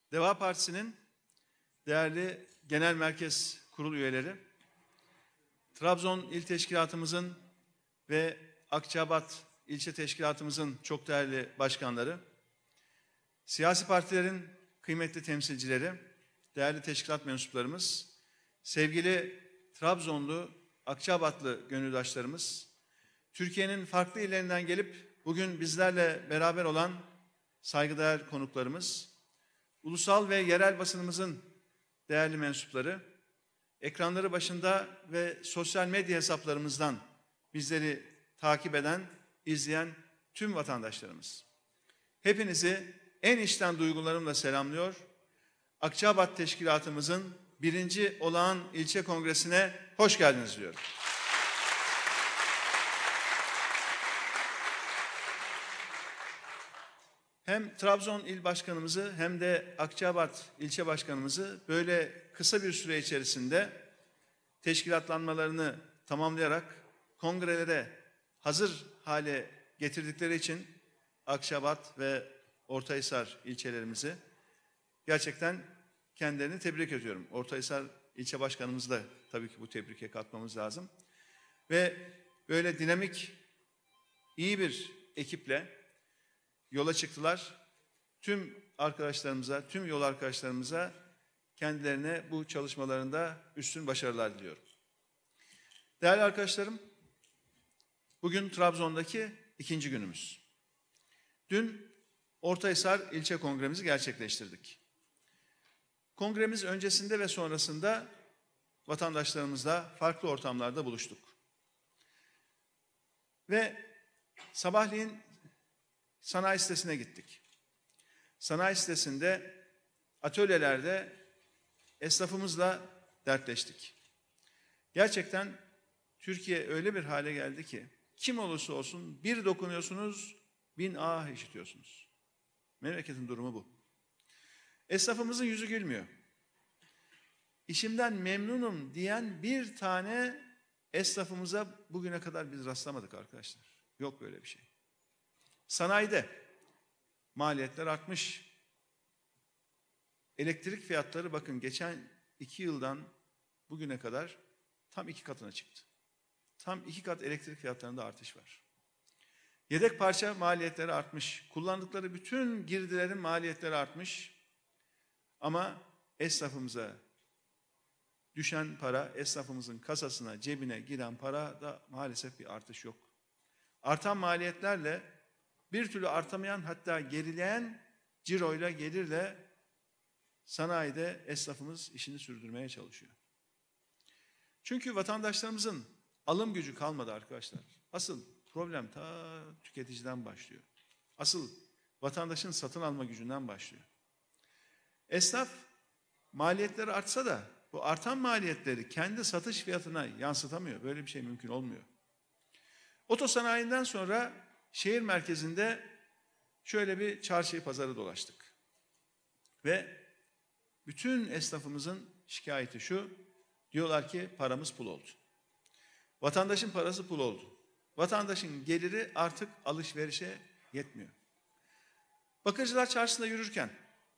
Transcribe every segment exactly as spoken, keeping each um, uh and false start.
Deva Partisi'nin değerli Genel Merkez Kurul üyeleri, Trabzon İl Teşkilatımızın ve Akçabat İlçe Teşkilatımızın çok değerli başkanları, siyasi partilerin kıymetli temsilcileri, değerli teşkilat mensuplarımız, sevgili Trabzonlu, Akçabatlı gönüldaşlarımız, Türkiye'nin farklı illerinden gelip bugün bizlerle beraber olan saygıdeğer konuklarımız, ulusal ve yerel basınımızın değerli mensupları, ekranları başında ve sosyal medya hesaplarımızdan bizleri takip eden, izleyen tüm vatandaşlarımız. Hepinizi en içten duygularımla selamlıyor. Akçabat Teşkilatımızın birinci olağan ilçe kongresine hoş geldiniz diyorum. Hem Trabzon İl Başkanımızı hem de Akçabat İlçe Başkanımızı böyle kısa bir süre içerisinde teşkilatlanmalarını tamamlayarak kongrelere hazır hale getirdikleri için Akçabat ve Ortahisar ilçelerimizi gerçekten kendilerini tebrik ediyorum. Ortahisar İlçe Başkanımızı da tabii ki bu tebrike katmamız lazım. Ve böyle dinamik, iyi bir ekiple yola çıktılar. Tüm arkadaşlarımıza, tüm yol arkadaşlarımıza kendilerine bu çalışmalarında üstün başarılar diliyorum. Değerli arkadaşlarım, bugün Trabzon'daki ikinci günümüz. Dün Ortahisar İlçe Kongremizi gerçekleştirdik. Kongremiz öncesinde ve sonrasında vatandaşlarımızla farklı ortamlarda buluştuk. Ve sabahleyin sanayi sitesine gittik. Sanayi sitesinde atölyelerde esnafımızla dertleştik. Gerçekten Türkiye öyle bir hale geldi ki kim olursa olsun bir dokunuyorsunuz, bin ah işitiyorsunuz. Memleketin durumu bu. Esnafımızın yüzü gülmüyor. İşimden memnunum diyen bir tane esnafımıza bugüne kadar biz rastlamadık arkadaşlar. Yok böyle bir şey. Sanayide maliyetler artmış. Elektrik fiyatları bakın geçen iki yıldan bugüne kadar tam iki katına çıktı. Tam iki kat elektrik fiyatlarında artış var. Yedek parça maliyetleri artmış. Kullandıkları bütün girdilerin maliyetleri artmış. Ama esnafımıza düşen para, esnafımızın kasasına, cebine giden para da maalesef bir artış yok. Artan maliyetlerle bir türlü artamayan, hatta gerileyen ciroyla, gelirle sanayide esnafımız işini sürdürmeye çalışıyor. Çünkü vatandaşlarımızın alım gücü kalmadı arkadaşlar. Asıl problem ta tüketiciden başlıyor. Asıl vatandaşın satın alma gücünden başlıyor. Esnaf maliyetleri artsa da bu artan maliyetleri kendi satış fiyatına yansıtamıyor. Böyle bir şey mümkün olmuyor. Otosanayinden sonra şehir merkezinde şöyle bir çarşıyı pazarı dolaştık. Ve bütün esnafımızın şikayeti şu, diyorlar ki paramız pul oldu. Vatandaşın parası pul oldu. Vatandaşın geliri artık alışverişe yetmiyor. Bakırcılar Çarşısı'nda yürürken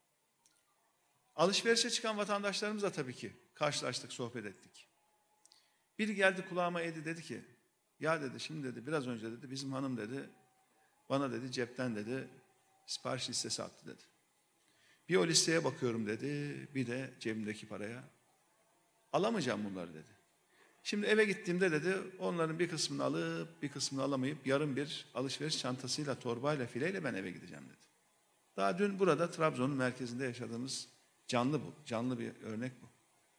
alışverişe çıkan vatandaşlarımızla tabii ki karşılaştık, sohbet ettik. Biri geldi kulağıma eğdi, dedi ki, ya dedi şimdi dedi biraz önce dedi bizim hanım dedi bana dedi cepten dedi sipariş listesi attı dedi. Bir o listeye bakıyorum dedi, bir de cebimdeki paraya. Alamayacağım bunları dedi. Şimdi eve gittiğimde dedi onların bir kısmını alıp bir kısmını alamayıp yarım bir alışveriş çantasıyla, torbayla, fileyle ben eve gideceğim dedi. Daha dün burada Trabzon'un merkezinde yaşadığımız canlı bu, canlı bir örnek bu.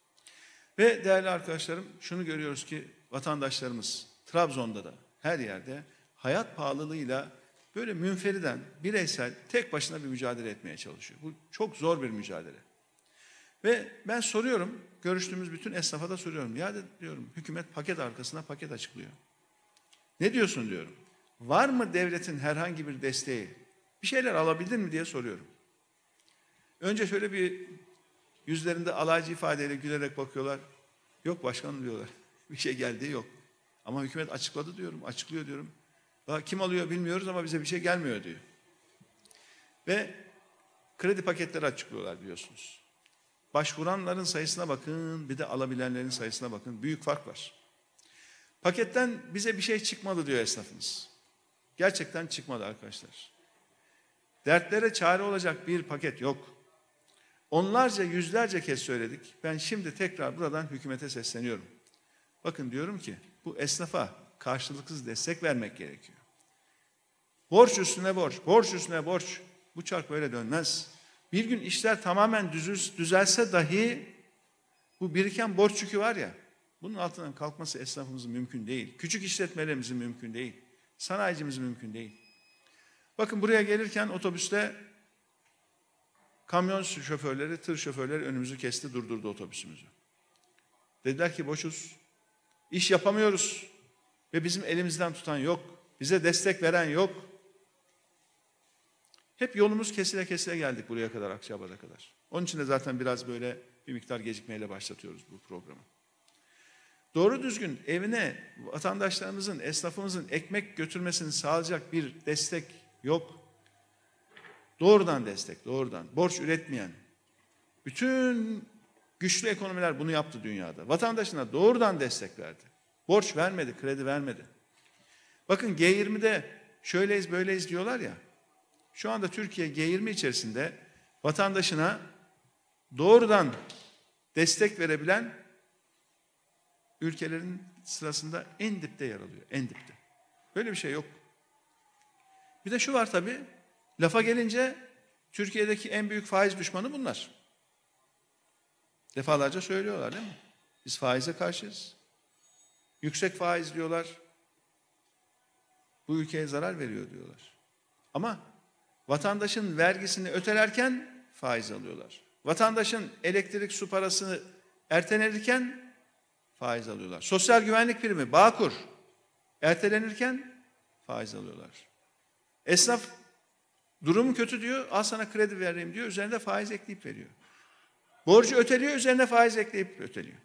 Ve değerli arkadaşlarım şunu görüyoruz ki vatandaşlarımız Trabzon'da da her yerde hayat pahalılığıyla böyle münferiden, bireysel, tek başına bir mücadele etmeye çalışıyor. Bu çok zor bir mücadele. Ve ben soruyorum, görüştüğümüz bütün esnafa da soruyorum. Ya diyorum hükümet paket arkasına paket açıklıyor. Ne diyorsun diyorum. Var mı devletin herhangi bir desteği? Bir şeyler alabildin mi diye soruyorum. Önce şöyle bir yüzlerinde alaycı ifadeyle gülerek bakıyorlar. Yok başkanım diyorlar. Bir şey geldiği yok. Ama hükümet açıkladı diyorum, açıklıyor diyorum. Daha kim alıyor bilmiyoruz ama bize bir şey gelmiyor diyor. Ve kredi paketleri açıklıyorlar biliyorsunuz. Başvuranların sayısına bakın, bir de alabilenlerin sayısına bakın. Büyük fark var. Paketten bize bir şey çıkmadı diyor esnafımız. Gerçekten çıkmadı arkadaşlar. Dertlere çare olacak bir paket yok. Onlarca, yüzlerce kez söyledik. Ben şimdi tekrar buradan hükümete sesleniyorum. Bakın diyorum ki bu esnafa karşılıksız destek vermek gerekiyor. Borç üstüne borç, borç üstüne borç. Bu çark böyle dönmez. Bir gün işler tamamen düzüz, düzelse dahi bu biriken borç yükü var ya, bunun altından kalkması esnafımızın mümkün değil. Küçük işletmelerimizin mümkün değil. Sanayicimizin mümkün değil. Bakın buraya gelirken otobüste kamyon şoförleri, tır şoförleri önümüzü kesti, durdurdu otobüsümüzü. Dediler ki boşuz, iş yapamıyoruz ve bizim elimizden tutan yok, bize destek veren yok. Hep yolumuz kesile kesile geldik buraya kadar, Akçabat'a kadar. Onun için de zaten biraz böyle bir miktar gecikmeyle başlatıyoruz bu programı. Doğru düzgün evine vatandaşlarımızın, esnafımızın ekmek götürmesini sağlayacak bir destek yok. Doğrudan destek, doğrudan. Borç üretmeyen. Bütün güçlü ekonomiler bunu yaptı dünyada. Vatandaşına doğrudan destek verdi. Borç vermedi, kredi vermedi. Bakın G yirmide şöyleyiz böyleyiz diyorlar ya. Şu anda Türkiye G yirmi içerisinde vatandaşına doğrudan destek verebilen ülkelerin sırasında en dipte yer alıyor. En dipte. Böyle bir şey yok. Bir de şu var tabii. Lafa gelince Türkiye'deki en büyük faiz düşmanı bunlar. Defalarca söylüyorlar değil mi? Biz faize karşıyız. Yüksek faiz diyorlar. Bu ülkeye zarar veriyor diyorlar. Ama vatandaşın vergisini ötelerken faiz alıyorlar. Vatandaşın elektrik su parasını ertelenirken faiz alıyorlar. Sosyal güvenlik primi, Bağkur ertelenirken faiz alıyorlar. Esnaf durumu kötü diyor, al sana kredi vereyim diyor, üzerine faiz ekleyip veriyor. Borcu öteliyor, üzerine faiz ekleyip öteliyor.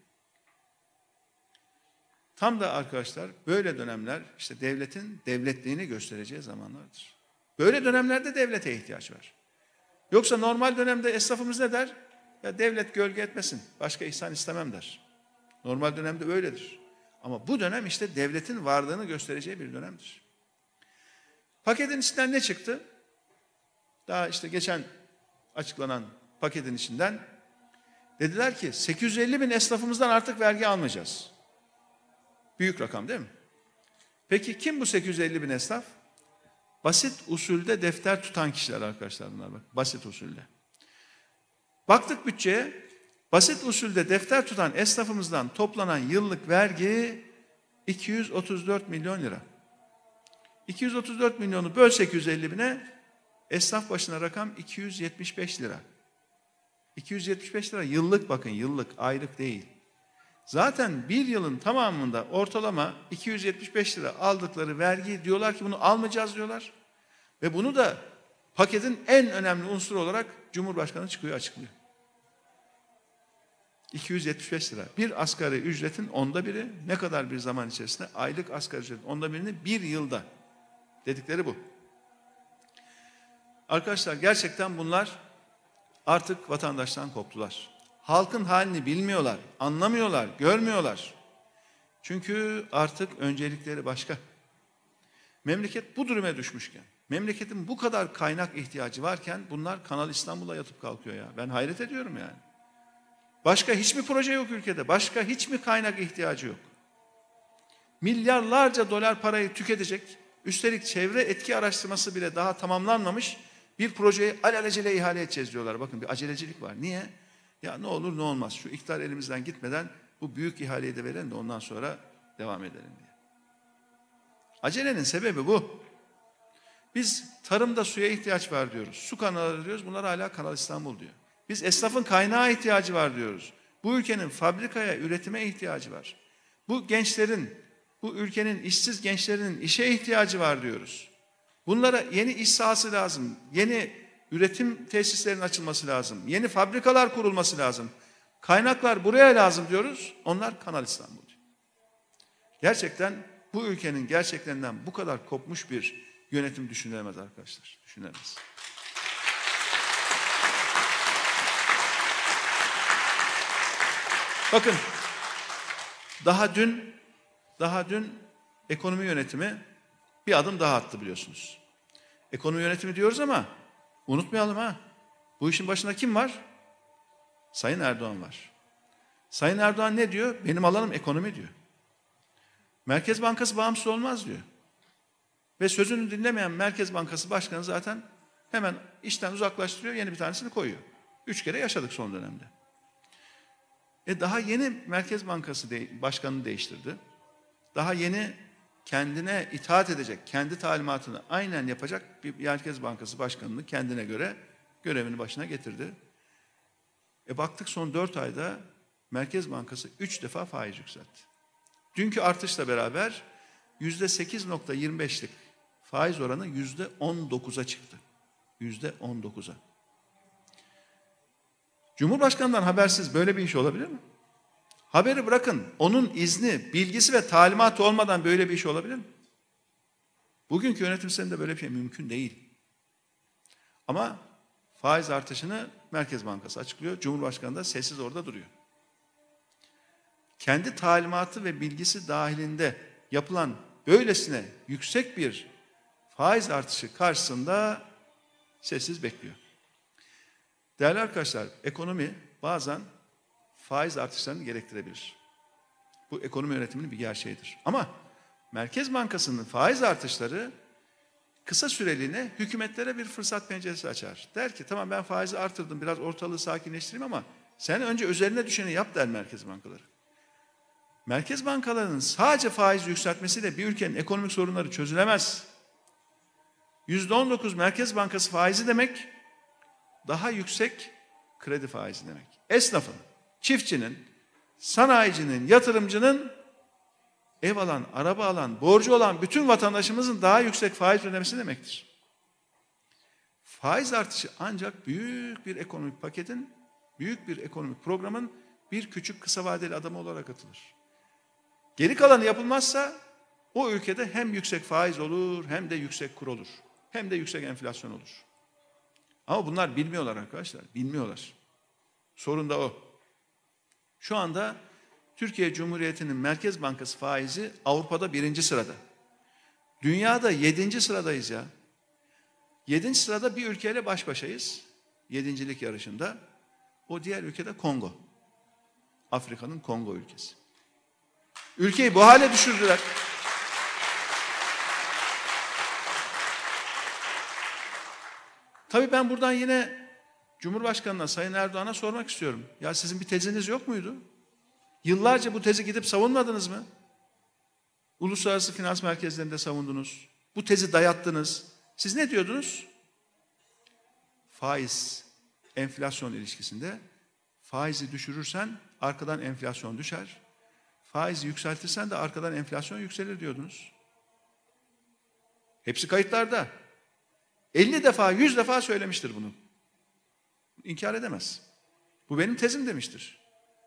Tam da arkadaşlar böyle dönemler işte devletin devletliğini göstereceği zamanlardır. Böyle dönemlerde devlete ihtiyaç var. Yoksa normal dönemde esnafımız ne der? Ya devlet gölge etmesin, başka ihsan istemem der. Normal dönemde böyledir. Ama bu dönem işte devletin varlığını göstereceği bir dönemdir. Paketin içinden ne çıktı? Daha işte geçen açıklanan paketin içinden dediler ki sekiz yüz elli bin esnafımızdan artık vergi almayacağız. Büyük rakam değil mi? Peki kim bu sekiz yüz elli bin esnaf? Basit usulde defter tutan kişiler arkadaşlar bunlar bak. Basit usulde. Baktık bütçeye, basit usulde defter tutan esnafımızdan toplanan yıllık vergi iki yüz otuz dört milyon lira. iki yüz otuz dört milyonu böl sekiz yüz elli bine, esnaf başına rakam iki yüz yetmiş beş lira. iki yüz yetmiş beş lira yıllık, bakın yıllık, aylık değil. Zaten bir yılın tamamında ortalama iki yüz yetmiş beş lira aldıkları vergi diyorlar ki bunu almayacağız diyorlar. Ve bunu da paketin en önemli unsuru olarak Cumhurbaşkanı çıkıyor açıklıyor. iki yüz yetmiş beş lira. Bir asgari ücretin onda biri, ne kadar bir zaman içerisinde? Aylık asgari ücretin onda birini bir yılda dedikleri bu. Arkadaşlar gerçekten bunlar artık vatandaştan koptular. Halkın halini bilmiyorlar, anlamıyorlar, görmüyorlar. Çünkü artık öncelikleri başka. Memleket bu duruma düşmüşken, memleketin bu kadar kaynak ihtiyacı varken bunlar Kanal İstanbul'a yatıp kalkıyor ya. Ben hayret ediyorum yani. Başka hiçbir proje yok ülkede, başka hiçbir kaynak ihtiyacı yok. Milyarlarca dolar parayı tüketecek, üstelik çevre etki araştırması bile daha tamamlanmamış bir projeyi alelacele ihale edeceğiz diyorlar. Bakın bir acelecilik var. Niye? Ya ne olur ne olmaz. Şu iktidar elimizden gitmeden bu büyük ihaleyi de verelim de ondan sonra devam edelim diye. Acelenin sebebi bu. Biz tarımda suya ihtiyaç var diyoruz. Su kanalları diyoruz. Bunlar hala Kanal İstanbul diyor. Biz esnafın kaynağa ihtiyacı var diyoruz. Bu ülkenin fabrikaya, üretime ihtiyacı var. Bu gençlerin, bu ülkenin işsiz gençlerinin işe ihtiyacı var diyoruz. Bunlara yeni iş sahası lazım. Yeni üretim tesislerinin açılması lazım. Yeni fabrikalar kurulması lazım. Kaynaklar buraya lazım diyoruz. Onlar Kanal İstanbul diyor. Gerçekten bu ülkenin gerçeklerinden bu kadar kopmuş bir yönetim düşünülemez arkadaşlar. Düşünülemez. Bakın, daha dün, daha dün ekonomi yönetimi bir adım daha attı biliyorsunuz. Ekonomi yönetimi diyoruz ama unutmayalım ha. Bu işin başında kim var? Sayın Erdoğan var. Sayın Erdoğan ne diyor? Benim alanım ekonomi diyor. Merkez Bankası bağımsız olmaz diyor. Ve sözünü dinlemeyen Merkez Bankası Başkanı zaten hemen işten uzaklaştırıyor, yeni bir tanesini koyuyor. Üç kere yaşadık son dönemde. E daha yeni Merkez Bankası de, Başkanı'nı değiştirdi. Daha yeni kendine itaat edecek, kendi talimatını aynen yapacak bir Merkez Bankası Başkanı'nı kendine göre görevini başına getirdi. E baktık son dört ayda Merkez Bankası üç defa faiz yükseltti. Dünkü artışla beraber yüzde sekiz nokta yirmi beşlik faiz oranı yüzde on dokuza çıktı. Yüzde on dokuza. Cumhurbaşkanından habersiz böyle bir iş olabilir mi? Haberi bırakın, onun izni, bilgisi ve talimatı olmadan böyle bir iş olabilir mi? Bugünkü yönetim sisteminde böyle bir şey mümkün değil. Ama faiz artışını Merkez Bankası açıklıyor, Cumhurbaşkanı da sessiz orada duruyor. Kendi talimatı ve bilgisi dahilinde yapılan böylesine yüksek bir faiz artışı karşısında sessiz bekliyor. Değerli arkadaşlar, ekonomi bazen faiz artışlarını gerektirebilir. Bu ekonomi yönetiminin bir gerçeğidir. Ama Merkez Bankası'nın faiz artışları kısa süreliğine hükümetlere bir fırsat penceresi açar. Der ki tamam ben faizi artırdım, biraz ortalığı sakinleştireyim ama sen önce üzerine düşeni yap der Merkez Bankaları. Merkez bankalarının sadece faiz yükseltmesiyle bir ülkenin ekonomik sorunları çözülemez. yüzde on dokuz Merkez Bankası faizi demek, daha yüksek kredi faizi demek. Esnafın, çiftçinin, sanayicinin, yatırımcının, ev alan, araba alan, borcu olan bütün vatandaşımızın daha yüksek faiz ödemesi demektir. Faiz artışı ancak büyük bir ekonomik paketin, büyük bir ekonomik programın bir küçük kısa vadeli adımı olarak atılır. Geri kalanı yapılmazsa o ülkede hem yüksek faiz olur, hem de yüksek kur olur, hem de yüksek enflasyon olur. Ama bunlar bilmiyorlar arkadaşlar, bilmiyorlar. Sorun da o. Şu anda Türkiye Cumhuriyeti'nin Merkez Bankası faizi Avrupa'da birinci sırada. Dünyada yedinci sıradayız ya. Yedinci sırada bir ülkeyle baş başayız. Yedincilik yarışında. O diğer ülkede Kongo. Afrika'nın Kongo ülkesi. Ülkeyi bu hale düşürdüler. Tabii ben buradan yine Cumhurbaşkanı'na, Sayın Erdoğan'a sormak istiyorum. Ya sizin bir teziniz yok muydu? Yıllarca bu tezi gidip savunmadınız mı? Uluslararası finans merkezlerinde savundunuz. Bu tezi dayattınız. Siz ne diyordunuz? Faiz, enflasyon ilişkisinde faizi düşürürsen arkadan enflasyon düşer. Faizi yükseltirsen de arkadan enflasyon yükselir diyordunuz. Hepsi kayıtlarda. elli defa, yüz defa söylemiştir bunu. İnkar edemez. Bu benim tezim demiştir.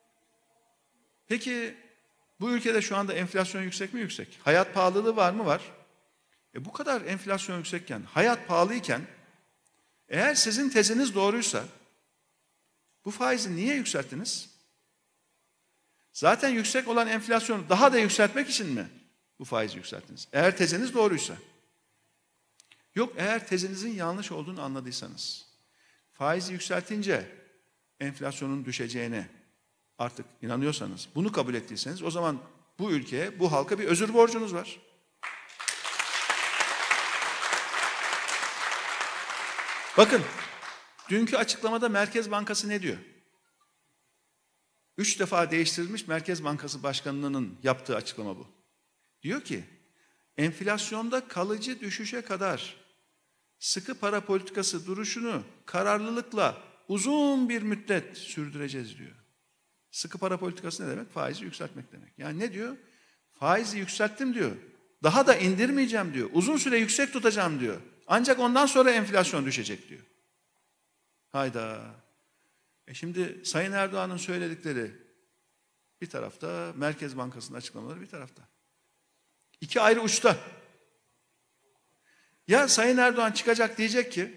Peki bu ülkede şu anda enflasyon yüksek mi? Yüksek. Hayat pahalılığı var mı? Var. E bu kadar enflasyon yüksekken, hayat pahalıyken eğer sizin teziniz doğruysa bu faizi niye yükselttiniz? Zaten yüksek olan enflasyonu daha da yükseltmek için mi bu faizi yükselttiniz? Eğer teziniz doğruysa. Yok, eğer tezinizin yanlış olduğunu anladıysanız, faizi yükseltince enflasyonun düşeceğine artık inanıyorsanız, bunu kabul ettiyseniz o zaman bu ülkeye, bu halka bir özür borcunuz var. Bakın, dünkü açıklamada Merkez Bankası ne diyor? Üç defa değiştirilmiş Merkez Bankası Başkanlığı'nın yaptığı açıklama bu. Diyor ki, enflasyonda kalıcı düşüşe kadar sıkı para politikası duruşunu kararlılıkla uzun bir müddet sürdüreceğiz diyor. Sıkı para politikası ne demek? Faizi yükseltmek demek. Yani ne diyor? Faizi yükselttim diyor. Daha da indirmeyeceğim diyor. Uzun süre yüksek tutacağım diyor. Ancak ondan sonra enflasyon düşecek diyor. Hayda. E şimdi Sayın Erdoğan'ın söyledikleri bir tarafta, Merkez Bankası'nın açıklamaları bir tarafta. İki ayrı uçta. Ya Sayın Erdoğan çıkacak diyecek ki,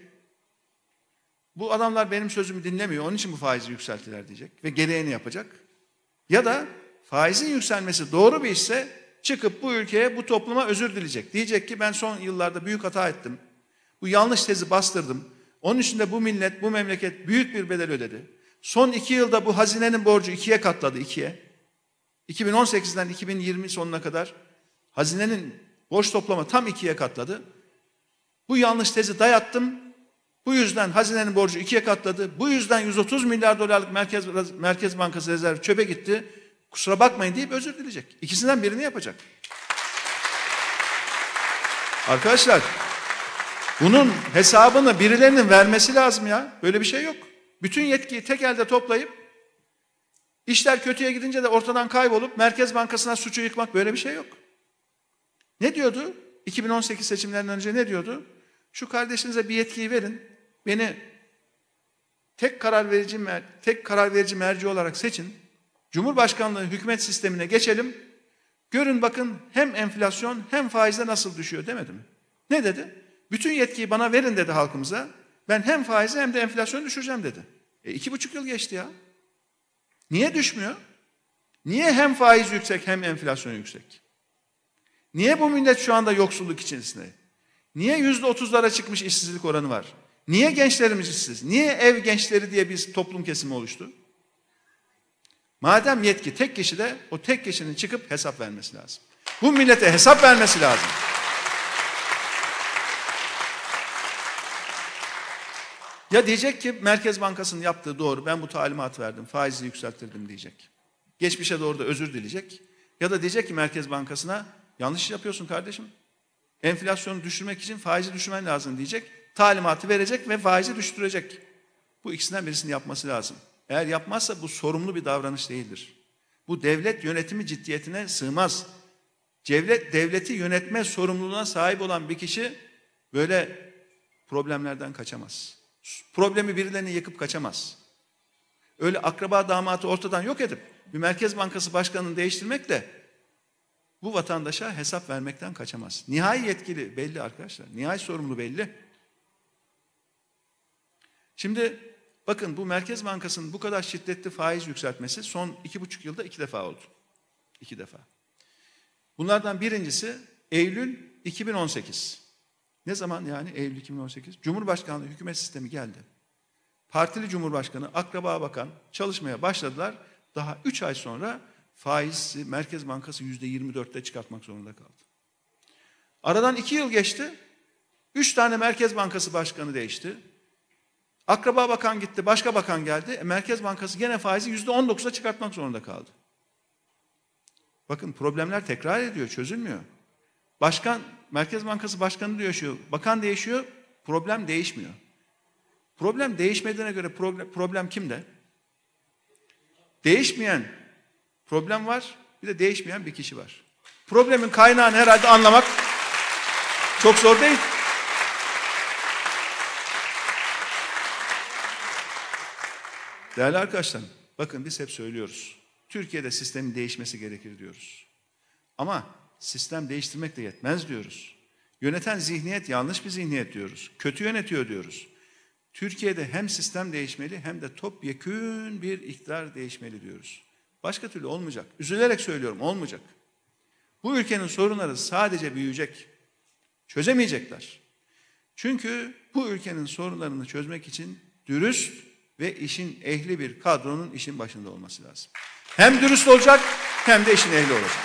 bu adamlar benim sözümü dinlemiyor, onun için bu faizi yükselttiler diyecek ve gereğini yapacak. Ya da faizin yükselmesi doğru bir işse çıkıp bu ülkeye, bu topluma özür dileyecek. Diyecek ki ben son yıllarda büyük hata ettim. Bu yanlış tezi bastırdım. Onun için de bu millet, bu memleket büyük bir bedel ödedi. Son iki yılda bu hazinenin borcu ikiye katladı, ikiye. iki bin on sekizden iki bin yirmi sonuna kadar hazinenin borç toplama tam ikiye katladı. Bu yanlış tezi dayattım. Bu yüzden hazinenin borcu ikiye katladı. Bu yüzden yüz otuz milyar dolarlık Merkez, Merkez Bankası rezervi çöpe gitti. Kusura bakmayın deyip özür dileyecek. İkisinden birini yapacak. Arkadaşlar, bunun hesabını birilerinin vermesi lazım ya. Böyle bir şey yok. Bütün yetkiyi tek elde toplayıp işler kötüye gidince de ortadan kaybolup Merkez Bankası'na suçu yıkmak, böyle bir şey yok. Ne diyordu? iki bin on sekiz seçimlerinden önce ne diyordu? Şu kardeşinize bir yetkiyi verin. Beni tek karar verici tek karar verici merci olarak seçin. Cumhurbaşkanlığı hükümet sistemine geçelim. Görün bakın hem enflasyon hem faizde nasıl düşüyor demedi mi? Ne dedi? Bütün yetkiyi bana verin dedi halkımıza. Ben hem faizi hem de enflasyonu düşüreceğim dedi. E iki buçuk yıl geçti ya. Niye düşmüyor? Niye hem faiz yüksek hem enflasyon yüksek? Niye bu millet şu anda yoksulluk içerisinde? Niye yüzde otuzlara çıkmış işsizlik oranı var? Niye gençlerimiz işsiz? Niye ev gençleri diye bir toplum kesimi oluştu? Madem yetki tek kişide, o tek kişinin çıkıp hesap vermesi lazım. Bu millete hesap vermesi lazım. Ya diyecek ki Merkez Bankası'nın yaptığı doğru, ben bu talimat verdim, faizi yükselttirdim diyecek. Geçmişe doğru da özür dileyecek. Ya da diyecek ki Merkez Bankası'na yanlış yapıyorsun kardeşim. Enflasyonu düşürmek için faizi düşürmen lazım diyecek. Talimatı verecek ve faizi düşürecek. Bu ikisinden birisini yapması lazım. Eğer yapmazsa bu sorumlu bir davranış değildir. Bu devlet yönetimi ciddiyetine sığmaz. Devlet, devleti yönetme sorumluluğuna sahip olan bir kişi böyle problemlerden kaçamaz. Problemi birilerine yıkıp kaçamaz. Öyle akraba damatı ortadan yok edip bir Merkez Bankası başkanını değiştirmekle bu vatandaşa hesap vermekten kaçamaz. Nihai yetkili belli arkadaşlar. Nihai sorumlu belli. Şimdi bakın, bu Merkez Bankası'nın bu kadar şiddetli faiz yükseltmesi son iki buçuk yılda iki defa oldu. İki defa. Bunlardan birincisi Eylül iki bin on sekiz. Ne zaman yani Eylül iki bin on sekiz? Cumhurbaşkanlığı hükümet sistemi geldi. Partili Cumhurbaşkanı, akraba bakan çalışmaya başladılar. Daha üç ay sonra faizi Merkez Bankası yüzde yirmi dörtte çıkartmak zorunda kaldı. Aradan iki yıl geçti. Üç tane Merkez Bankası başkanı değişti. Akraba bakan gitti, başka bakan geldi. E, Merkez Bankası gene faizi yüzde on dokuza çıkartmak zorunda kaldı. Bakın, problemler tekrar ediyor, çözülmüyor. Başkan, Merkez Bankası başkanı değişiyor, bakan değişiyor, problem değişmiyor. Problem değişmediğine göre problem, problem kimde? Değişmeyen problem var, bir de değişmeyen bir kişi var. Problemin kaynağını herhalde anlamak çok zor değil. Değerli arkadaşlarım, bakın biz hep söylüyoruz. Türkiye'de sistemin değişmesi gerekir diyoruz. Ama sistem değiştirmek de yetmez diyoruz. Yöneten zihniyet yanlış bir zihniyet diyoruz. Kötü yönetiyor diyoruz. Türkiye'de hem sistem değişmeli hem de topyekün bir iktidar değişmeli diyoruz. Başka türlü olmayacak. Üzülerek söylüyorum, olmayacak. Bu ülkenin sorunları sadece büyüyecek. Çözemeyecekler. Çünkü bu ülkenin sorunlarını çözmek için dürüst ve işin ehli bir kadronun işin başında olması lazım. Hem dürüst olacak hem de işin ehli olacak.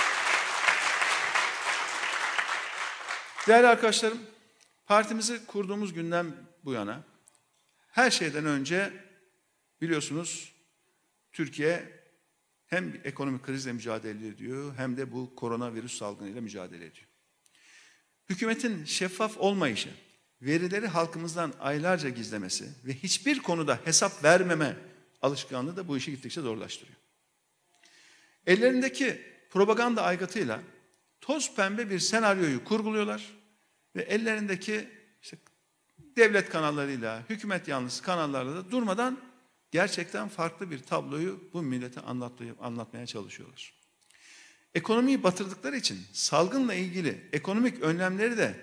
Değerli arkadaşlarım, partimizi kurduğumuz günden bu yana her şeyden önce biliyorsunuz Türkiye hem ekonomik krizle mücadele ediyor hem de bu koronavirüs salgınıyla mücadele ediyor. Hükümetin şeffaf olmayışı, verileri halkımızdan aylarca gizlemesi ve hiçbir konuda hesap vermeme alışkanlığı da bu işi gittikçe zorlaştırıyor. Ellerindeki propaganda aygıtıyla toz pembe bir senaryoyu kurguluyorlar ve ellerindeki işte devlet kanallarıyla, hükümet yanlısı kanallarla da durmadan gerçekten farklı bir tabloyu bu millete anlatmaya çalışıyorlar. Ekonomiyi batırdıkları için salgınla ilgili ekonomik önlemleri de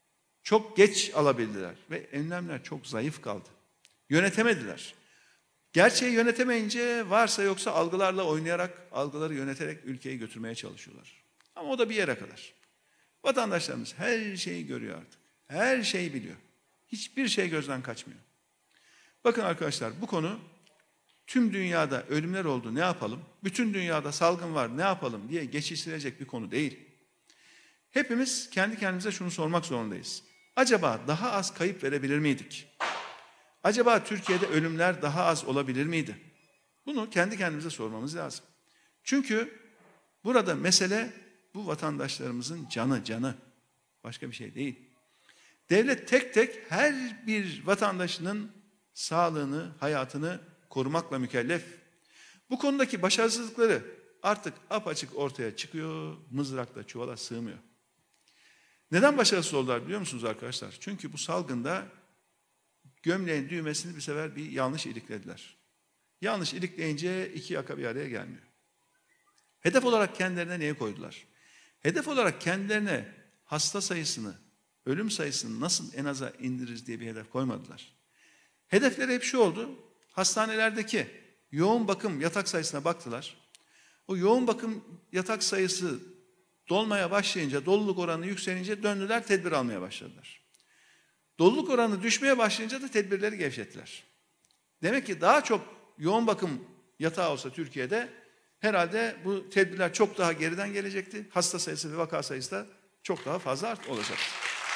çok geç alabildiler ve önlemler çok zayıf kaldı. Yönetemediler. Gerçeği yönetemeyince varsa yoksa algılarla oynayarak, algıları yöneterek ülkeyi götürmeye çalışıyorlar. Ama o da bir yere kadar. Vatandaşlarımız her şeyi görüyor artık. Her şeyi biliyor. Hiçbir şey gözden kaçmıyor. Bakın arkadaşlar, bu konu tüm dünyada ölümler oldu ne yapalım, bütün dünyada salgın var ne yapalım diye geçiştirilecek bir konu değil. Hepimiz kendi kendimize şunu sormak zorundayız. Acaba daha az kayıp verebilir miydik? Acaba Türkiye'de ölümler daha az olabilir miydi? Bunu kendi kendimize sormamız lazım. Çünkü burada mesele bu vatandaşlarımızın canı, canı. Başka bir şey değil. Devlet tek tek her bir vatandaşının sağlığını, hayatını korumakla mükellef. Bu konudaki başarısızlıkları artık apaçık ortaya çıkıyor, mızrakla çuvala sığmıyor. Neden başarısız oldular biliyor musunuz arkadaşlar? Çünkü bu salgında gömleğin düğmesini bir sefer bir yanlış iliklediler. Yanlış ilikleyince iki yaka bir araya gelmiyor. Hedef olarak kendilerine neyi koydular? Hedef olarak kendilerine hasta sayısını, ölüm sayısını nasıl en aza indiririz diye bir hedef koymadılar. Hedefleri hep şu oldu. Hastanelerdeki yoğun bakım yatak sayısına baktılar. O yoğun bakım yatak sayısı dolmaya başlayınca, doluluk oranı yükselince döndüler, tedbir almaya başladılar. Doluluk oranı düşmeye başlayınca da tedbirleri gevşettiler. Demek ki daha çok yoğun bakım yatağı olsa Türkiye'de herhalde bu tedbirler çok daha geriden gelecekti. Hasta sayısı ve vaka sayısı da çok daha fazla olacaktı.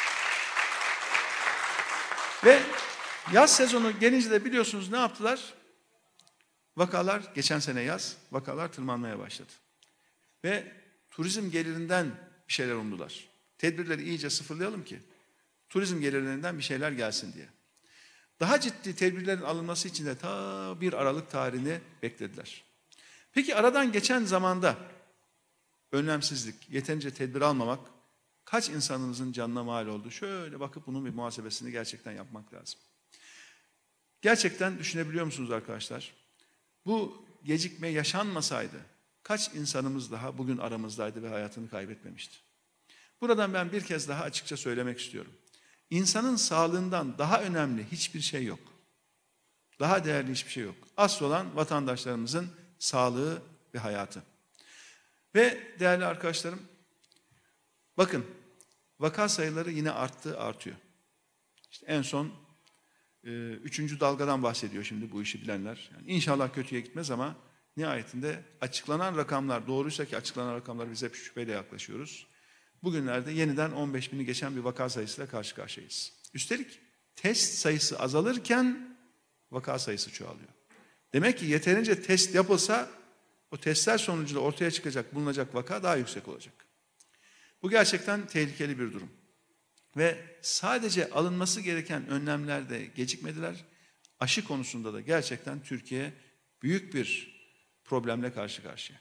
Ve yaz sezonu gelince de biliyorsunuz ne yaptılar? Vakalar, geçen sene yaz, vakalar tırmanmaya başladı. Ve turizm gelirinden bir şeyler umdular. Tedbirleri iyice sıfırlayalım ki turizm gelirlerinden bir şeyler gelsin diye. Daha ciddi tedbirlerin alınması için de ta bir Aralık tarihini beklediler. Peki aradan geçen zamanda önlemsizlik, yeterince tedbir almamak kaç insanımızın canına mal oldu? Şöyle bakıp bunun bir muhasebesini gerçekten yapmak lazım. Gerçekten düşünebiliyor musunuz arkadaşlar? Bu gecikme yaşanmasaydı kaç insanımız daha bugün aramızdaydı ve hayatını kaybetmemişti? Buradan ben bir kez daha açıkça söylemek istiyorum. İnsanın sağlığından daha önemli hiçbir şey yok. Daha değerli hiçbir şey yok. Asıl olan vatandaşlarımızın sağlığı ve hayatı. Ve değerli arkadaşlarım, bakın vaka sayıları yine arttı, artıyor. İşte en son e, üçüncü dalgadan bahsediyor şimdi bu işi bilenler. Yani İnşallah kötüye gitmez ama nihayetinde açıklanan rakamlar doğruysa ki açıklanan rakamlar biz hep şüpheyle yaklaşıyoruz. Bugünlerde yeniden on beş bini geçen bir vaka sayısıyla karşı karşıyayız. Üstelik test sayısı azalırken vaka sayısı çoğalıyor. Demek ki yeterince test yapılsa o testler sonucunda ortaya çıkacak, bulunacak vaka daha yüksek olacak. Bu gerçekten tehlikeli bir durum. Ve sadece alınması gereken önlemlerde gecikmediler. Aşı konusunda da gerçekten Türkiye büyük bir problemle karşı karşıya.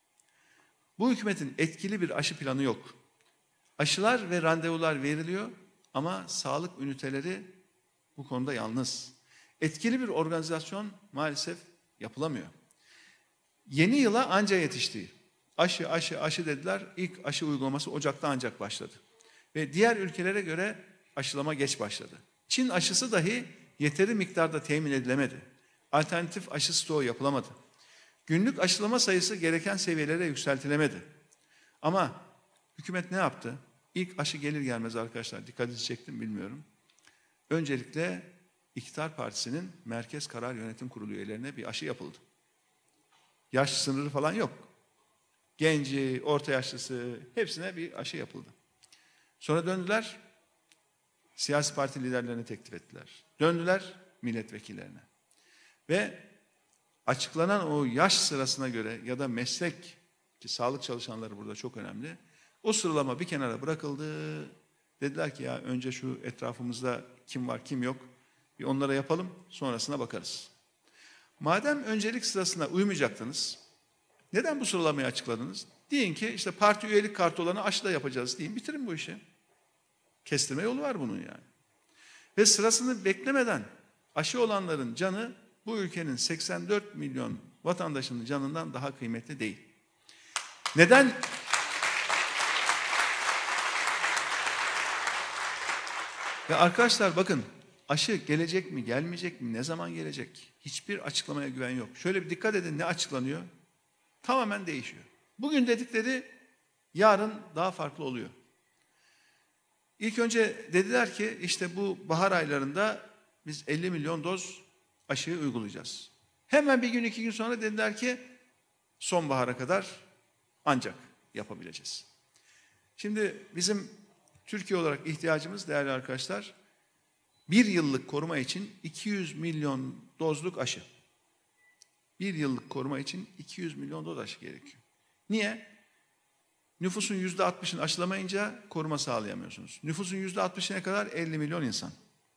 Bu hükümetin etkili bir aşı planı yok. Aşılar ve randevular veriliyor ama sağlık üniteleri bu konuda yalnız. Etkili bir organizasyon maalesef yapılamıyor. Yeni yıla anca yetişti. Aşı, aşı, aşı dediler. İlk aşı uygulaması Ocak'ta ancak başladı. Ve diğer ülkelere göre aşılama geç başladı. Çin aşısı dahi yeteri miktarda temin edilemedi. Alternatif aşı stoğu yapılamadı. Günlük aşılama sayısı gereken seviyelere yükseltilemedi. Ama hükümet ne yaptı? İlk aşı gelir gelmez arkadaşlar, dikkatinizi çektim bilmiyorum. Öncelikle İktidar Partisi'nin Merkez Karar Yönetim Kurulu üyelerine bir aşı yapıldı. Yaş sınırı falan yok. Genci, orta yaşlısı hepsine bir aşı yapıldı. Sonra döndüler, siyasi parti liderlerine teklif ettiler. Döndüler milletvekillerine. Ve açıklanan o yaş sırasına göre ya da meslek, ki sağlık çalışanları burada çok önemli, o sıralama bir kenara bırakıldı. Dediler ki ya önce şu etrafımızda kim var kim yok bir onlara yapalım, sonrasına bakarız. Madem öncelik sırasına uymayacaktınız, neden bu sıralamayı açıkladınız? Deyin ki işte parti üyelik kartı olanı aşıda yapacağız deyin, bitirin bu işi. Kestirme yolu var bunun yani. Ve sırasını beklemeden aşı olanların canı bu ülkenin seksen dört milyon vatandaşının canından daha kıymetli değil. Neden? Ve arkadaşlar bakın, aşı gelecek mi, gelmeyecek mi, ne zaman gelecek? Hiçbir açıklamaya güven yok. Şöyle bir dikkat edin, ne açıklanıyor? Tamamen değişiyor. Bugün dedikleri yarın daha farklı oluyor. İlk önce dediler ki işte bu bahar aylarında biz elli milyon doz aşıyı uygulayacağız. Hemen bir gün iki gün sonra dediler ki sonbahara kadar ancak yapabileceğiz. Şimdi bizim Türkiye olarak ihtiyacımız değerli arkadaşlar bir yıllık koruma için iki yüz milyon dozluk aşı. Bir yıllık koruma için iki yüz milyon doz aşı gerekiyor. Niye? Nüfusun yüzde altmışını aşılamayınca koruma sağlayamıyorsunuz. Nüfusun yüzde altmışına kadar elli milyon insan.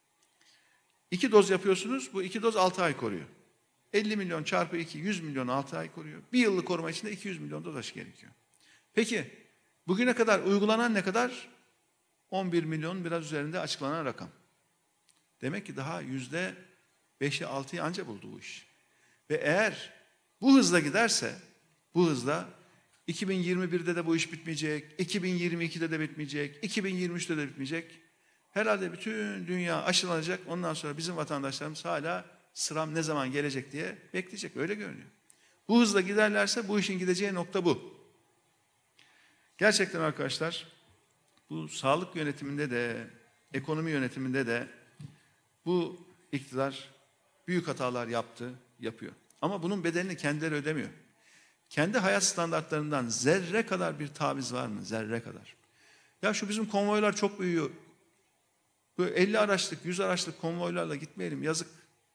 İki doz yapıyorsunuz, bu iki doz altı ay koruyor. elli milyon çarpı iki, yüz milyon altı ay koruyor. Bir yıllık koruma için de iki yüz milyon doz aşı gerekiyor. Peki, bugüne kadar uygulanan ne kadar? on bir milyon biraz üzerinde açıklanan rakam. Demek ki daha yüzde beşi altıyı anca buldu bu iş. Ve eğer bu hızla giderse, bu hızla iki bin yirmi birde de bu iş bitmeyecek, iki bin yirmi ikide de bitmeyecek, iki bin yirmi üçte de bitmeyecek. Herhalde bütün dünya aşılanacak, ondan sonra bizim vatandaşlarımız hala sıram ne zaman gelecek diye bekleyecek, öyle görünüyor. Bu hızla giderlerse bu işin gideceği nokta bu. Gerçekten arkadaşlar, bu sağlık yönetiminde de, ekonomi yönetiminde de bu iktidar büyük hatalar yaptı, yapıyor. Ama bunun bedelini kendileri ödemiyor. Kendi hayat standartlarından zerre kadar bir taviz var mı? Zerre kadar. Ya şu bizim konvoylar çok büyüyor. Böyle elli araçlık, yüz araçlık konvoylarla gitmeyelim, yazık.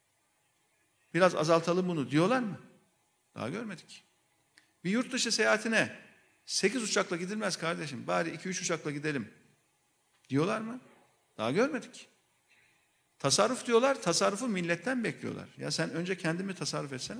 Biraz azaltalım bunu diyorlar mı? Daha görmedik. Bir yurt dışı seyahatine sekiz uçakla gidilmez kardeşim. Bari iki üç uçakla gidelim diyorlar mı? Daha görmedik. Tasarruf diyorlar, tasarrufu milletten bekliyorlar. Ya sen önce kendin mi tasarruf etsene?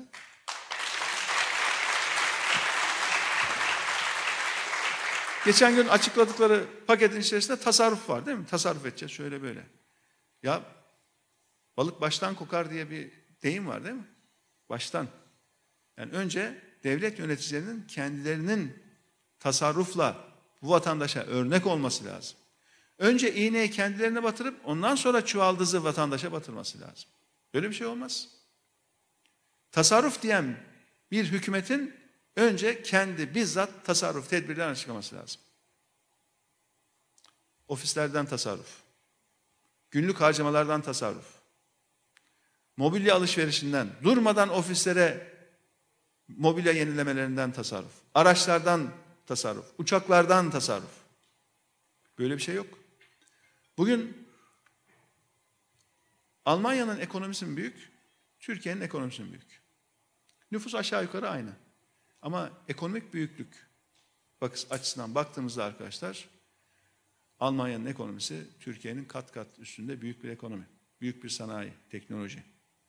Geçen gün açıkladıkları paketin içerisinde tasarruf var değil mi? Tasarruf edeceğiz şöyle böyle. Ya balık baştan kokar diye bir deyim var değil mi? Baştan. Yani önce devlet yöneticilerinin kendilerinin tasarrufla bu vatandaşa örnek olması lazım. Önce iğneyi kendilerine batırıp ondan sonra çuvaldızı vatandaşa batırması lazım. Böyle bir şey olmaz. Tasarruf diyen bir hükümetin önce kendi bizzat tasarruf tedbirlerini açıklaması lazım. Ofislerden tasarruf, günlük harcamalardan tasarruf, mobilya alışverişinden, durmadan ofislere mobilya yenilemelerinden tasarruf, araçlardan tasarruf, uçaklardan tasarruf. Böyle bir şey yok. Bugün Almanya'nın ekonomisi mi büyük, Türkiye'nin ekonomisi mi büyük? Nüfus aşağı yukarı aynı. Ama ekonomik büyüklük açısından baktığımızda arkadaşlar, Almanya'nın ekonomisi Türkiye'nin kat kat üstünde büyük bir ekonomi, büyük bir sanayi, teknoloji.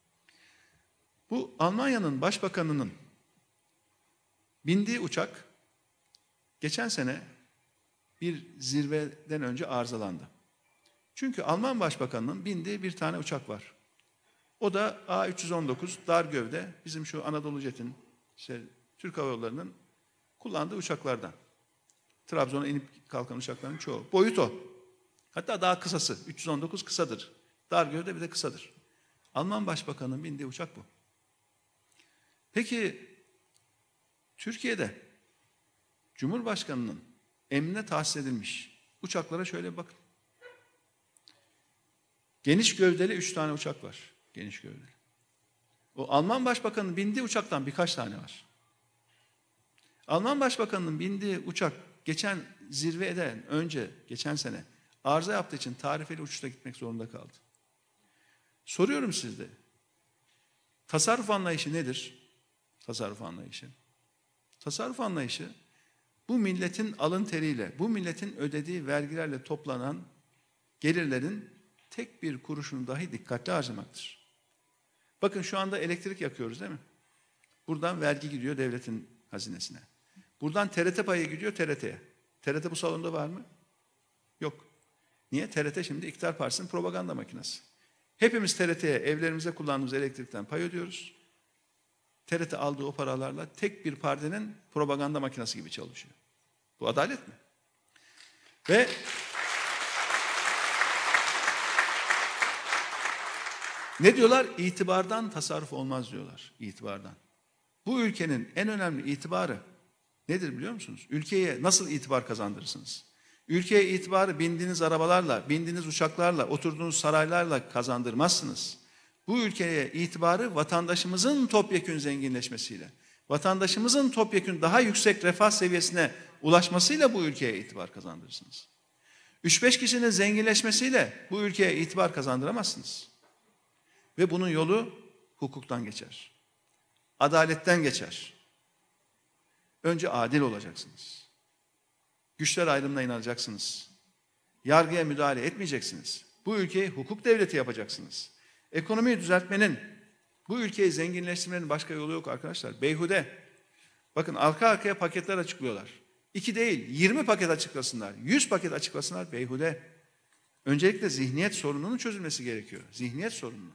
Bu Almanya'nın başbakanının bindiği uçak geçen sene bir zirveden önce arızalandı. Çünkü Alman başbakanının bindiği bir tane uçak var. O da A üç yüz on dokuz dar gövde, bizim şu Anadolu Jet'in, işte Türk Hava Yolları'nın kullandığı uçaklardan. Trabzon'a inip kalkan uçakların çoğu. Boyut o. Hatta daha kısası. üç yüz on dokuz kısadır. Dar gövde bir de kısadır. Alman başbakanının bindiği uçak bu. Peki Türkiye'de Cumhurbaşkanı'nın emrine tahsis edilmiş uçaklara şöyle bir bakın. Geniş gövdeli üç tane uçak var. Geniş gövdeli. O Alman Başbakanı'nın bindiği uçaktan birkaç tane var. Alman Başbakanı'nın bindiği uçak geçen zirveden önce, geçen sene arıza yaptığı için tarifeli uçuşla gitmek zorunda kaldı. Soruyorum sizde, tasarruf anlayışı nedir? Tasarruf anlayışı. Tasarruf anlayışı, bu milletin alın teriyle, bu milletin ödediği vergilerle toplanan gelirlerin tek bir kuruşunu dahi dikkatli harcamaktır. Bakın şu anda elektrik yakıyoruz değil mi? Buradan vergi gidiyor devletin hazinesine. Buradan T R T payı gidiyor T R T'ye. T R T bu salonda var mı? Yok. Niye? T R T şimdi İktidar Partisi'nin propaganda makinesi. Hepimiz T R T'ye evlerimize kullandığımız elektrikten pay ödüyoruz. T R T aldığı o paralarla tek bir partinin propaganda makinesi gibi çalışıyor. Bu adalet mi? Ve Ne diyorlar? İtibardan tasarruf olmaz diyorlar. İtibardan. Bu ülkenin en önemli itibarı nedir biliyor musunuz? Ülkeye nasıl itibar kazandırırsınız? Ülkeye itibarı bindiğiniz arabalarla, bindiğiniz uçaklarla, oturduğunuz saraylarla kazandırmazsınız. Bu ülkeye itibarı vatandaşımızın topyekün zenginleşmesiyle, vatandaşımızın topyekün daha yüksek refah seviyesine ulaşmasıyla bu ülkeye itibar kazandırırsınız. Üç beş kişinin zenginleşmesiyle bu ülkeye itibar kazandıramazsınız. Ve bunun yolu hukuktan geçer. Adaletten geçer. Önce adil olacaksınız. Güçler ayrımına inanacaksınız. Yargıya müdahale etmeyeceksiniz. Bu ülkeyi hukuk devleti yapacaksınız. Ekonomiyi düzeltmenin, bu ülkeyi zenginleştirmenin başka yolu yok arkadaşlar. Beyhude. Bakın arka arkaya paketler açıklıyorlar. İki değil, yirmi paket açıklasınlar, yüz paket açıklasınlar, beyhude. Öncelikle zihniyet sorununun çözülmesi gerekiyor. Zihniyet sorununu.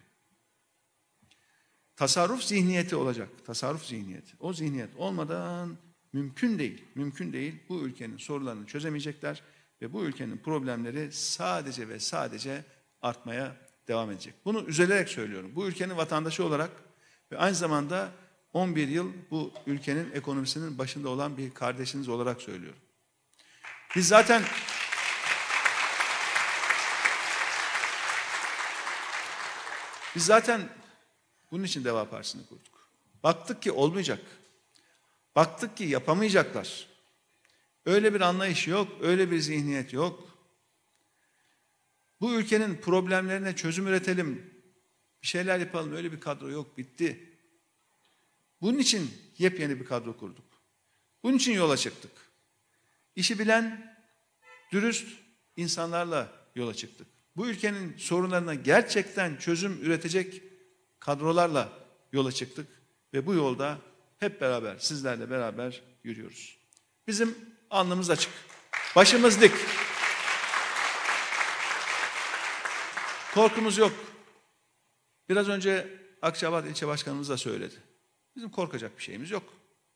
Tasarruf zihniyeti olacak. Tasarruf zihniyeti. O zihniyet olmadan mümkün değil. Mümkün değil. Bu ülkenin sorunlarını çözemeyecekler ve bu ülkenin problemleri sadece ve sadece artmaya devam edecek. Bunu üzülerek söylüyorum. Bu ülkenin vatandaşı olarak ve aynı zamanda on bir yıl bu ülkenin ekonomisinin başında olan bir kardeşiniz olarak söylüyorum. Biz zaten biz zaten bunun için Deva Partisi'ni kurduk. Baktık ki olmayacak. Baktık ki yapamayacaklar. Öyle bir anlayış yok, öyle bir zihniyet yok. Bu ülkenin problemlerine çözüm üretelim, bir şeyler yapalım, öyle bir kadro yok, bitti. Bunun için yepyeni bir kadro kurduk. Bunun için yola çıktık. İşi bilen, dürüst insanlarla yola çıktık. Bu ülkenin sorunlarına gerçekten çözüm üretecek kadrolarla yola çıktık ve bu yolda hep beraber, sizlerle beraber yürüyoruz. Bizim alnımız açık, başımız dik. Korkumuz yok. Biraz önce Akçabat İlçe Başkanımız da söyledi. Bizim korkacak bir şeyimiz yok.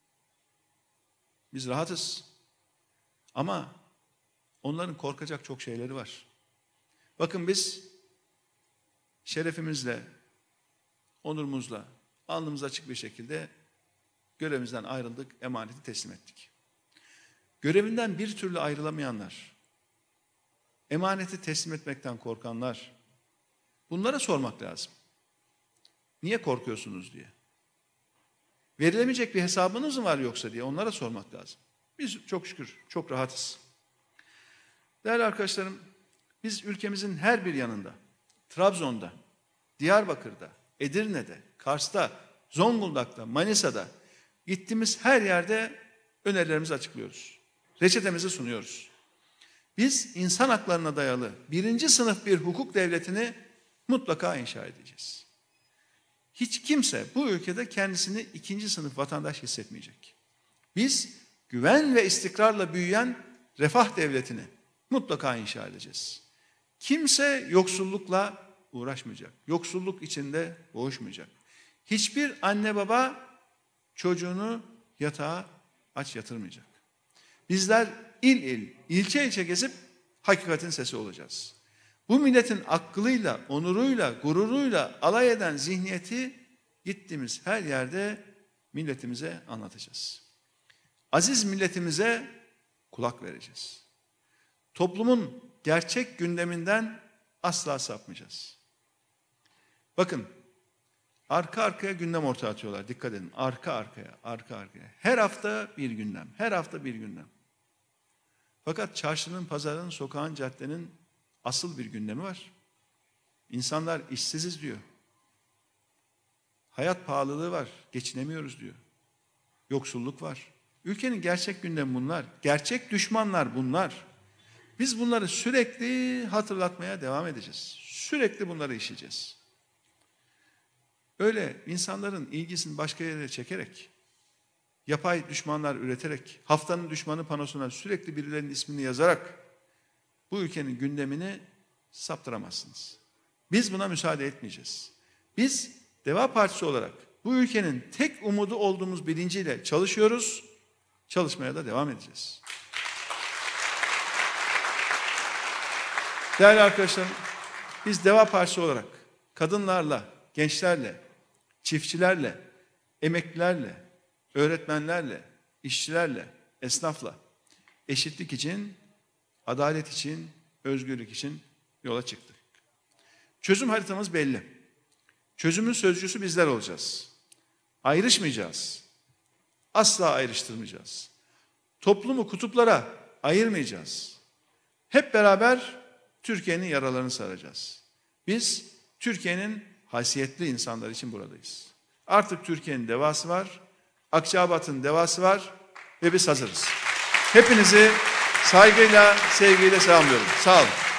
Biz rahatız. Ama onların korkacak çok şeyleri var. Bakın biz şerefimizle, onurumuzla, alnımız açık bir şekilde görevimizden ayrıldık, emaneti teslim ettik. Görevinden bir türlü ayrılamayanlar, emaneti teslim etmekten korkanlar, bunlara sormak lazım. Niye korkuyorsunuz diye. Verilemeyecek bir hesabınız mı var yoksa diye onlara sormak lazım. Biz çok şükür çok rahatız. Değerli arkadaşlarım, biz ülkemizin her bir yanında, Trabzon'da, Diyarbakır'da, Edirne'de, Kars'ta, Zonguldak'ta, Manisa'da gittiğimiz her yerde önerilerimizi açıklıyoruz. Reçetemizi sunuyoruz. Biz insan haklarına dayalı birinci sınıf bir hukuk devletini mutlaka inşa edeceğiz. Hiç kimse bu ülkede kendisini ikinci sınıf vatandaş hissetmeyecek. Biz güven ve istikrarla büyüyen refah devletini mutlaka inşa edeceğiz. Kimse yoksullukla uğraşmayacak. Yoksulluk içinde boğuşmayacak. Hiçbir anne baba çocuğunu yatağa aç yatırmayacak. Bizler il il, ilçe ilçe gezip hakikatin sesi olacağız. Bu milletin aklıyla, onuruyla, gururuyla alay eden zihniyeti gittiğimiz her yerde milletimize anlatacağız. Aziz milletimize kulak vereceğiz. Toplumun gerçek gündeminden asla sapmayacağız. Bakın, arka arkaya gündem ortaya atıyorlar. Dikkat edin. Arka arkaya, arka arkaya. Her hafta bir gündem. Her hafta bir gündem. Fakat çarşının, pazarın, sokağın, caddenin asıl bir gündemi var. İnsanlar işsiziz diyor. Hayat pahalılığı var. Geçinemiyoruz diyor. Yoksulluk var. Ülkenin gerçek gündemi bunlar. Gerçek düşmanlar bunlar. Biz bunları sürekli hatırlatmaya devam edeceğiz. Sürekli bunları işleyeceğiz. Öyle insanların ilgisini başka yere çekerek, yapay düşmanlar üreterek, haftanın düşmanı panosuna sürekli birilerinin ismini yazarak bu ülkenin gündemini saptıramazsınız. Biz buna müsaade etmeyeceğiz. Biz Deva Partisi olarak bu ülkenin tek umudu olduğumuz bilinciyle çalışıyoruz, çalışmaya da devam edeceğiz. Değerli arkadaşlarım, biz Deva Partisi olarak kadınlarla, gençlerle, çiftçilerle, emeklilerle, öğretmenlerle, işçilerle, esnafla eşitlik için, adalet için, özgürlük için yola çıktık. Çözüm haritamız belli. Çözümün sözcüsü bizler olacağız. Ayrışmayacağız. Asla ayrıştırmayacağız. Toplumu kutuplara ayırmayacağız. Hep beraber Türkiye'nin yaralarını saracağız. Biz Türkiye'nin haysiyetli insanlar için buradayız. Artık Türkiye'nin devası var, Akçabat'ın devası var ve biz hazırız. Hepinizi saygıyla, sevgiyle selamlıyorum. Sağ olun.